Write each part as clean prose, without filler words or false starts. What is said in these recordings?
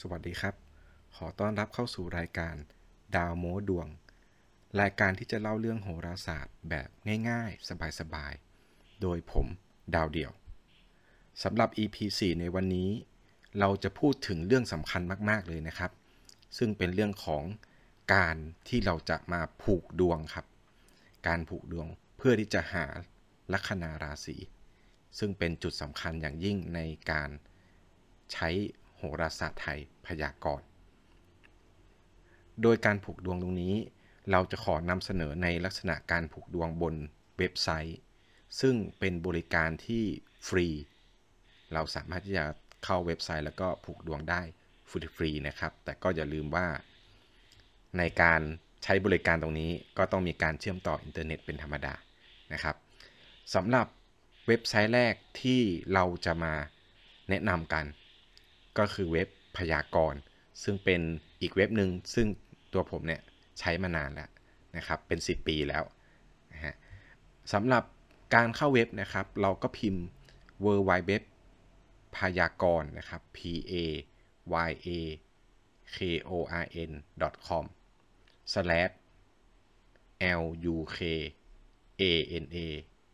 สวัสดีครับขอต้อนรับเข้าสู่รายการดาวโม้ดวงรายการที่จะเล่าเรื่องโหราศาสตร์แบบง่ายๆสบายๆโดยผมดาวเดี่ยวสำหรับ EP 4ในวันนี้เราจะพูดถึงเรื่องสำคัญมากๆเลยนะครับซึ่งเป็นเรื่องของการที่เราจะมาผูกดวงครับการผูกดวงเพื่อที่จะหาลัคนาราศีซึ่งเป็นจุดสำคัญอย่างยิ่งในการใช้โหราศาสตร์ไทยพยากรณ์โดยการผูกดวงตรงนี้เราจะขอนำเสนอในลักษณะการผูกดวงบนเว็บไซต์ซึ่งเป็นบริการที่ฟรีเราสามารถที่จะเข้าเว็บไซต์แล้วก็ผูกดวงได้ฟรีนะครับแต่ก็อย่าลืมว่าในการใช้บริการตรงนี้ก็ต้องมีการเชื่อมต่ออินเทอร์เน็ตเป็นธรรมดานะครับสำหรับเว็บไซต์แรกที่เราจะมาแนะนำกันก็คือเว็บพยากรณ์ซึ่งเป็นอีกเว็บหนึ่งซึ่งตัวผมเนี่ยใช้มานานแล้วนะครับเป็น10 ปีแล้วนะฮะสำหรับการเข้าเว็บนะครับเราก็พิมพ์ www พยากรณ์นะครับ p a y a k o r n com slash l u k a n a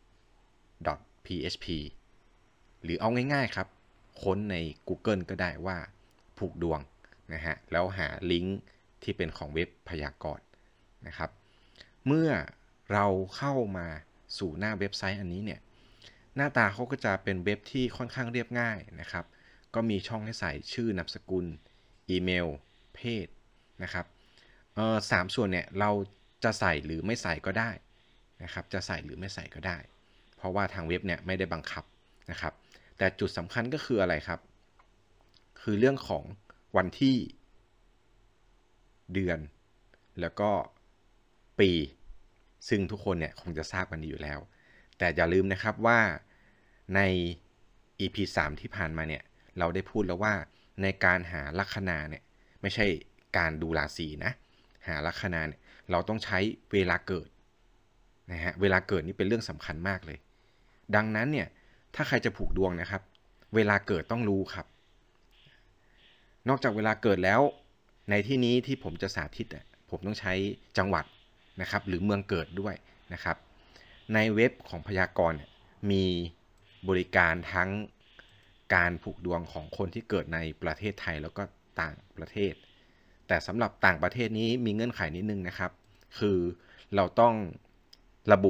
php หรือเอาง่ายๆครับค้นใน Google ก็ได้ว่าผูกดวงนะฮะแล้วหาลิงก์ที่เป็นของเว็บพยากรณ์นะครับเมื่อเราเข้ามาสู่หน้าเว็บไซต์อันนี้เนี่ยหน้าตาเขาก็จะเป็นเว็บที่ค่อนข้างเรียบง่ายนะครับก็มีช่องให้ใส่ชื่อนามสกุลอีเมลเพศนะครับ3 ส่วนเนี่ยเราจะใส่หรือไม่ใส่ก็ได้นะครับจะใส่หรือไม่ใส่ก็ได้เพราะว่าทางเว็บเนี่ยไม่ได้บังคับนะครับแต่จุดสำคัญก็คืออะไรครับคือเรื่องของวันที่เดือนแล้วก็ปีซึ่งทุกคนเนี่ยคงจะทราบกันดีอยู่แล้วแต่อย่าลืมนะครับว่าใน EP 3ที่ผ่านมาเนี่ยเราได้พูดแล้วว่าในการหาลัคนาเนี่ยไม่ใช่การดูราศีนะหาลัคนาเนี่ยเราต้องใช้เวลาเกิดนะฮะเวลาเกิดนี่เป็นเรื่องสำคัญมากเลยดังนั้นเนี่ยถ้าใครจะผูกดวงนะครับเวลาเกิดต้องรู้ครับนอกจากเวลาเกิดแล้วในที่นี้ที่ผมจะสาธิตผมต้องใช้จังหวัดนะครับหรือเมืองเกิดด้วยนะครับในเว็บของพยากรณ์มีบริการทั้งการผูกดวงของคนที่เกิดในประเทศไทยแล้วก็ต่างประเทศแต่สำหรับต่างประเทศนี้มีเงื่อนไขนิดนึงนะครับคือเราต้องระบุ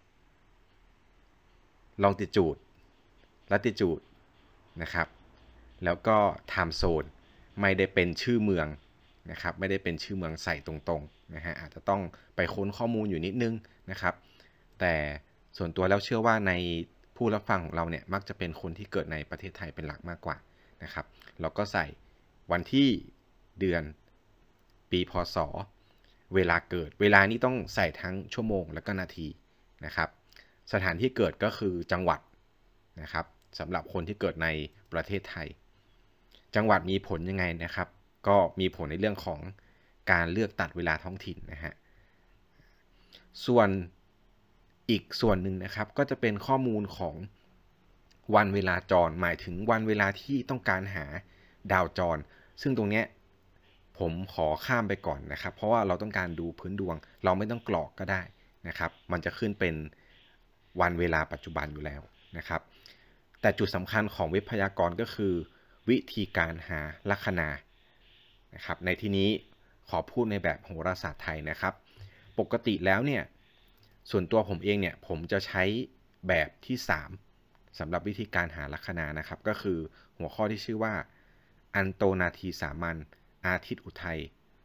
longitude latitude นะครับแล้วก็ time zone ไม่ได้เป็นชื่อเมืองนะครับไม่ได้เป็นชื่อเมืองใส่ตรงๆนะฮะอาจจะต้องไปค้นข้อมูลอยู่นิดนึงนะครับแต่ส่วนตัวแล้วเชื่อว่าในผู้รับฟังของเราเนี่ยมักจะเป็นคนที่เกิดในประเทศไทยเป็นหลักมากกว่านะครับเราก็ใส่วันที่เดือนปีพศเวลาเกิดเวลานี้ต้องใส่ทั้งชั่วโมงและก็นาทีนะครับสถานที่เกิดก็คือจังหวัดนะครับสำหรับคนที่เกิดในประเทศไทยจังหวัดมีผลยังไงนะครับก็มีผลในเรื่องของการเลือกตัดเวลาท้องถิ่นนะฮะส่วนอีกส่วนหนึ่งนะครับก็จะเป็นข้อมูลของวันเวลาจรหมายถึงวันเวลาที่ต้องการหาดาวจรซึ่งตรงนี้ผมขอข้ามไปก่อนนะครับเพราะว่าเราต้องการดูพื้นดวงเราไม่ต้องกรอกก็ได้นะครับมันจะขึ้นเป็นวันเวลาปัจจุบันอยู่แล้วนะครับแต่จุดสำคัญของเว็บพยากรณ์ก็คือวิธีการหาลัคนานะครับในที่นี้ขอพูดในแบบโหราศาสตร์ไทยนะครับปกติแล้วเนี่ยส่วนตัวผมเองเนี่ยผมจะใช้แบบที่3สำหรับวิธีการหาลัคนานะครับก็คือหัวข้อที่ชื่อว่าอันโตนาทีสามัญอาทิตย์อุทัย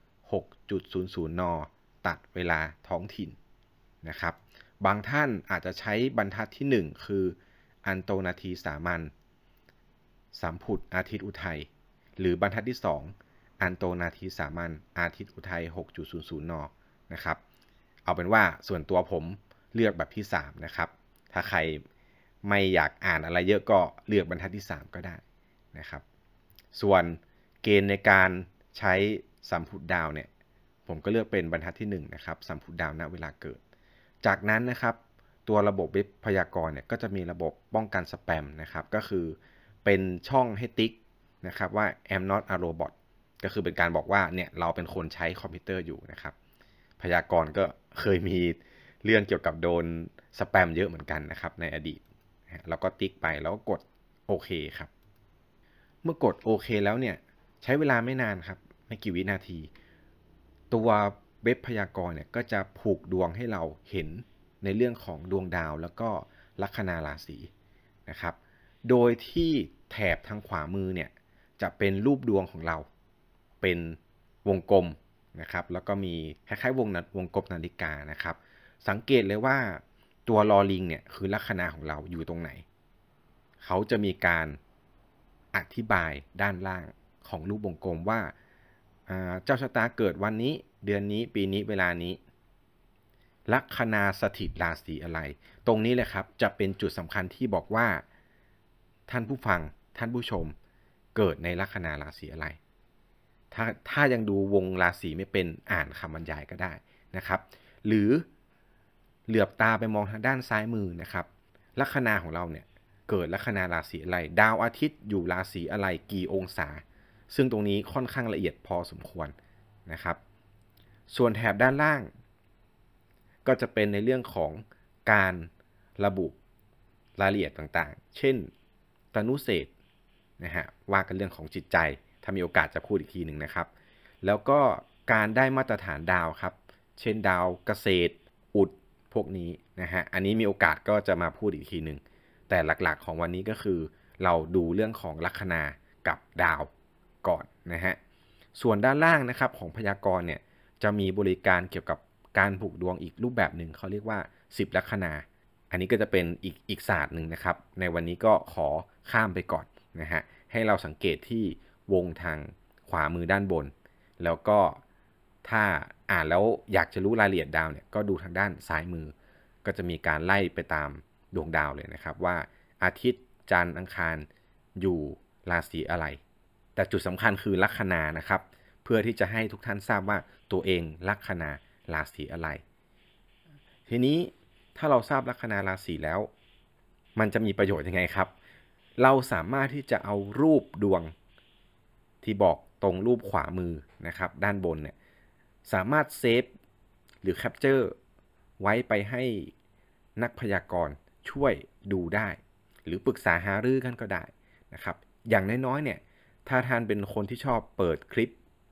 6.00 นตัดเวลาท้องถิ่นนะครับบางท่านอาจจะใช้บรรทัดที่1คืออันโตนาทีสามัญสัมพุธอาทิตย์อุทัยหรือบรรทัดที่2อันโตนาทีสามัญอาทิตย์อุทัย 6.00 นนะครับเอาเป็นว่าส่วนตัวผมเลือกแบบที่3นะครับถ้าใครไม่อยากอ่านอะไรเยอะก็เลือกบรรทัดที่3ก็ได้นะครับส่วนเกณฑ์ในการใช้สัมพุธดาวเนี่ยผมก็เลือกเป็นบรรทัดที่1นะครับสัมพุธดาวณเวลาเกิดจากนั้นนะครับตัวระบบเว็บพยากรณ์เนี่ยก็จะมีระบบป้องกันสแปมนะครับก็คือเป็นช่องให้ติ๊กนะครับว่า am not a robot ก็คือเป็นการบอกว่าเนี่ยเราเป็นคนใช้คอมพิวเตอร์อยู่นะครับพยากรณ์ก็เคยมีเรื่องเกี่ยวกับโดนสแปมเยอะเหมือนกันนะครับในอดีตแล้วก็ติ๊กไปแล้วก็กดโอเคครับเมื่อกดโอเคแล้วเนี่ยใช้เวลาไม่นานครับไม่กี่วินาทีตัวเว็บพยากรณ์เนี่ยก็จะผูกดวงให้เราเห็นในเรื่องของดวงดาวแล้วก็ลัคนาราศีนะครับโดยที่แถบทางขวามือเนี่ยจะเป็นรูปดวงของเราเป็นวงกลมนะครับแล้วก็มีคล้ายๆวงกลมนาฬิกานะครับสังเกตเลยว่าตัวลอลิงเนี่ยคือลัคนาของเราอยู่ตรงไหนเขาจะมีการอธิบายด้านล่างของรูปวงกลมว่าเจ้าชะตาเกิดวันนี้เดือนนี้ปีนี้เวลานี้ลัคนาสถิตราศีอะไรตรงนี้แหละครับจะเป็นจุดสำคัญที่บอกว่าท่านผู้ฟังท่านผู้ชมเกิดในลัคนาราศีอะไรถ้ายังดูวงราศีไม่เป็นอ่านคำบรรยายก็ได้นะครับหรือเหลือบตาไปมองทางด้านซ้ายมือนะครับลัคนาของเราเนี่ยเกิดลัคนาราศีอะไรดาวอาทิตย์อยู่ราศีอะไรกี่องศาซึ่งตรงนี้ค่อนข้างละเอียดพอสมควรนะครับส่วนแถบด้านล่างก็จะเป็นในเรื่องของการระบุรายละเอียดต่างๆเช่นตนุเศษนะฮะว่ากันเรื่องของจิตใจถ้ามีโอกาสจะพูดอีกทีหนึ่งนะครับแล้วก็การได้มาตรฐานดาวครับเช่นดาวเกษตรอุดพวกนี้นะฮะอันนี้มีโอกาสก็จะมาพูดอีกทีหนึ่งแต่หลักๆของวันนี้ก็คือเราดูเรื่องของลัคนากับดาวก่อนนะฮะส่วนด้านล่างนะครับของพยากรณ์เนี่ยจะมีบริการเกี่ยวกับการผูกดวงอีกรูปแบบหนึ่งเขาเรียกว่า10ลัคนาอันนี้ก็จะเป็นอีกศาสตร์หนึ่งนะครับในวันนี้ก็ขอข้ามไปก่อนนะฮะให้เราสังเกตที่วงทางขวามือด้านบนแล้วก็ถ้าอ่านแล้วอยากจะรู้รายละเอียดดาวเนี่ยก็ดูทางด้านซ้ายมือก็จะมีการไล่ไปตามดวงดาวเลยนะครับว่าอาทิตย์จันทร์อังคารอยู่ราศีอะไรแต่จุดสำคัญคือลัคนานะครับเพื่อที่จะให้ทุกท่านทราบว่าตัวเองลัคนาราศีอะไรทีนี้ถ้าเราทราบลัคนาราศีแล้วมันจะมีประโยชน์ยังไงครับเราสามารถที่จะเอารูปดวงที่บอกตรงรูปขวามือนะครับด้านบนเนี่ยสามารถเซฟหรือแคปเจอร์ไว้ไปให้นักพยากรณ์ช่วยดูได้หรือปรึกษาหารือกันก็ได้นะครับอย่างน้อยๆเนี่ยถ้าท่านเป็นคนที่ชอบเปิดคลิป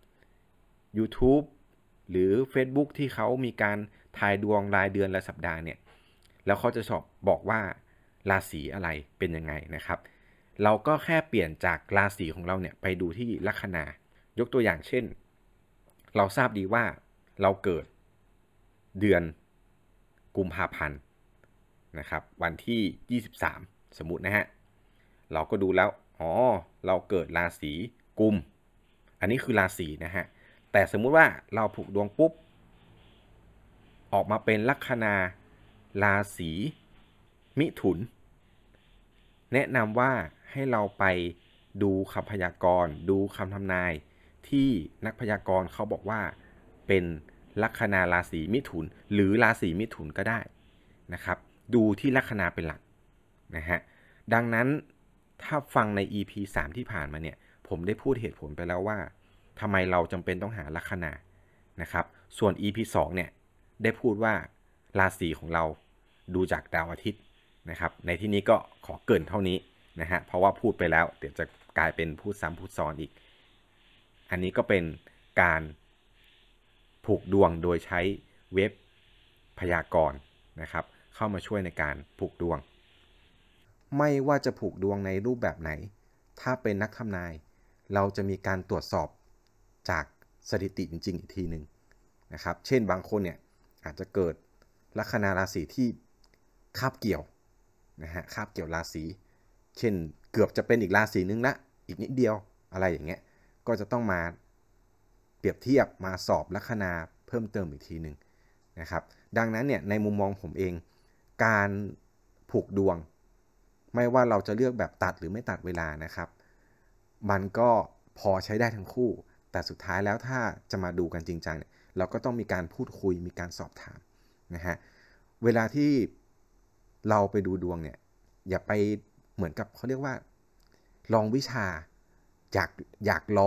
YouTube หรือ Facebook ที่เขามีการทายดวงรายเดือนและสัปดาห์เนี่ยแล้วเขาจะชอบบอกว่าราศีอะไรเป็นยังไงนะครับเราก็แค่เปลี่ยนจากราศีของเราเนี่ยไปดูที่ลัคนายกตัวอย่างเช่นเราทราบดีว่าเราเกิดเดือนกุมภาพันธ์นะครับวันที่23สมมุตินะฮะเราก็ดูแล้วอ๋อเราเกิดราศีกุมอันนี้คือราศีนะฮะแต่สมมุติว่าเราผูกดวงปุ๊บออกมาเป็นลัคนาราศีมิถุนแนะนำว่าให้เราไปดูคำพยากรณ์ดูคำทำนายที่นักพยากรณ์เขาบอกว่าเป็นลัคนาราศีมิถุนหรือราศีมิถุนก็ได้นะครับดูที่ลัคนาเป็นหลักนะฮะดังนั้นถ้าฟังใน EP 3 ที่ผ่านมาเนี่ยผมได้พูดเหตุผลไปแล้วว่าทำไมเราจำเป็นต้องหาลัคนานะครับส่วน EP 2เนี่ยได้พูดว่าราศีของเราดูจากดาวอาทิตย์นะครับในที่นี้ก็ขอเกริ่นเท่านี้นะฮะเพราะว่าพูดไปแล้วเดี๋ยวจะกลายเป็นพูดซ้ำพูดซ้อนอีกอันนี้ก็เป็นการผูกดวงโดยใช้เว็บพยากรณ์นะครับเข้ามาช่วยในการผูกดวงไม่ว่าจะผูกดวงในรูปแบบไหนถ้าเป็นนักทำนายเราจะมีการตรวจสอบจากสถิติจริงๆอีกทีหนึ่งนะครับเช่นบางคนเนี่ยอาจจะเกิดลัคนาราศีที่คาบเกี่ยวนะฮะคาบเกี่ยวราศีเช่นเกือบจะเป็นอีกราศีนึงละอีกนิดเดียวอะไรอย่างเงี้ยก็จะต้องมาเปรียบเทียบมาสอบลัคนาเพิ่มเติมอีกทีหนึ่งนะครับดังนั้นเนี่ยในมุมมองผมเองการผูกดวงไม่ว่าเราจะเลือกแบบตัดหรือไม่ตัดเวลานะครับมันก็พอใช้ได้ทั้งคู่แต่สุดท้ายแล้วถ้าจะมาดูกันจริงจังเนี่ยเราก็ต้องมีการพูดคุยมีการสอบถามนะฮะเวลาที่เราไปดูดวงเนี่ยอย่าไปเหมือนกับเขาเรียกว่าลองวิชาอยากลอง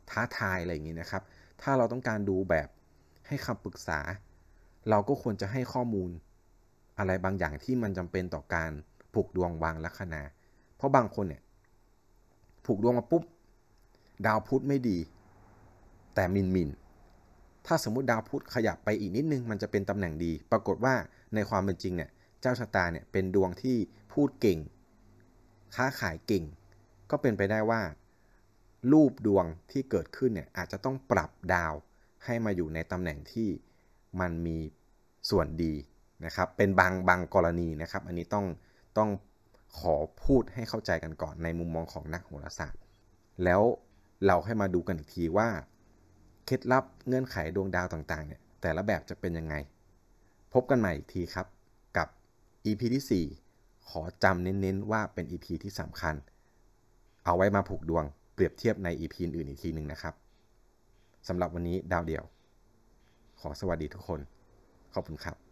ท้าทายอะไรอย่างนี้นะครับถ้าเราต้องการดูแบบให้คำปรึกษาเราก็ควรจะให้ข้อมูลอะไรบางอย่างที่มันจำเป็นต่อการผูกดวงบางลัคนาเพราะบางคนเนี่ยผูกดวงมาปุ๊บดาวพุธไม่ดีแต่มินถ้าสมมุติดาวพุธขยับไปอีกนิดนึงมันจะเป็นตำแหน่งดีปรากฏว่าในความเป็นจริงเนี่ยเจ้าชะตาเนี่ยเป็นดวงที่พูดเก่งค้าขายเก่งก็เป็นไปได้ว่ารูปดวงที่เกิดขึ้นเนี่ยอาจจะต้องปรับดาวให้มาอยู่ในตำแหน่งที่มันมีส่วนดีนะครับเป็นบางกรณีนะครับอันนี้ต้องขอพูดให้เข้าใจกันก่อนในมุมมองของนักโหราศาสตร์แล้วเราให้มาดูกันอีกทีว่าเคล็ดลับเงื่อนไขดวงดาวต่างๆเนี่ยแต่ละแบบจะเป็นยังไงพบกันใหม่อีกทีครับกับ EP ที่4ขอจำเน้นๆว่าเป็น EP ที่สำคัญเอาไว้มาผูกดวงเปรียบเทียบใน EP อื่นอีกทีหนึ่งนะครับสำหรับวันนี้ดาวเดี่ยวขอสวัสดีทุกคนขอบคุณครับ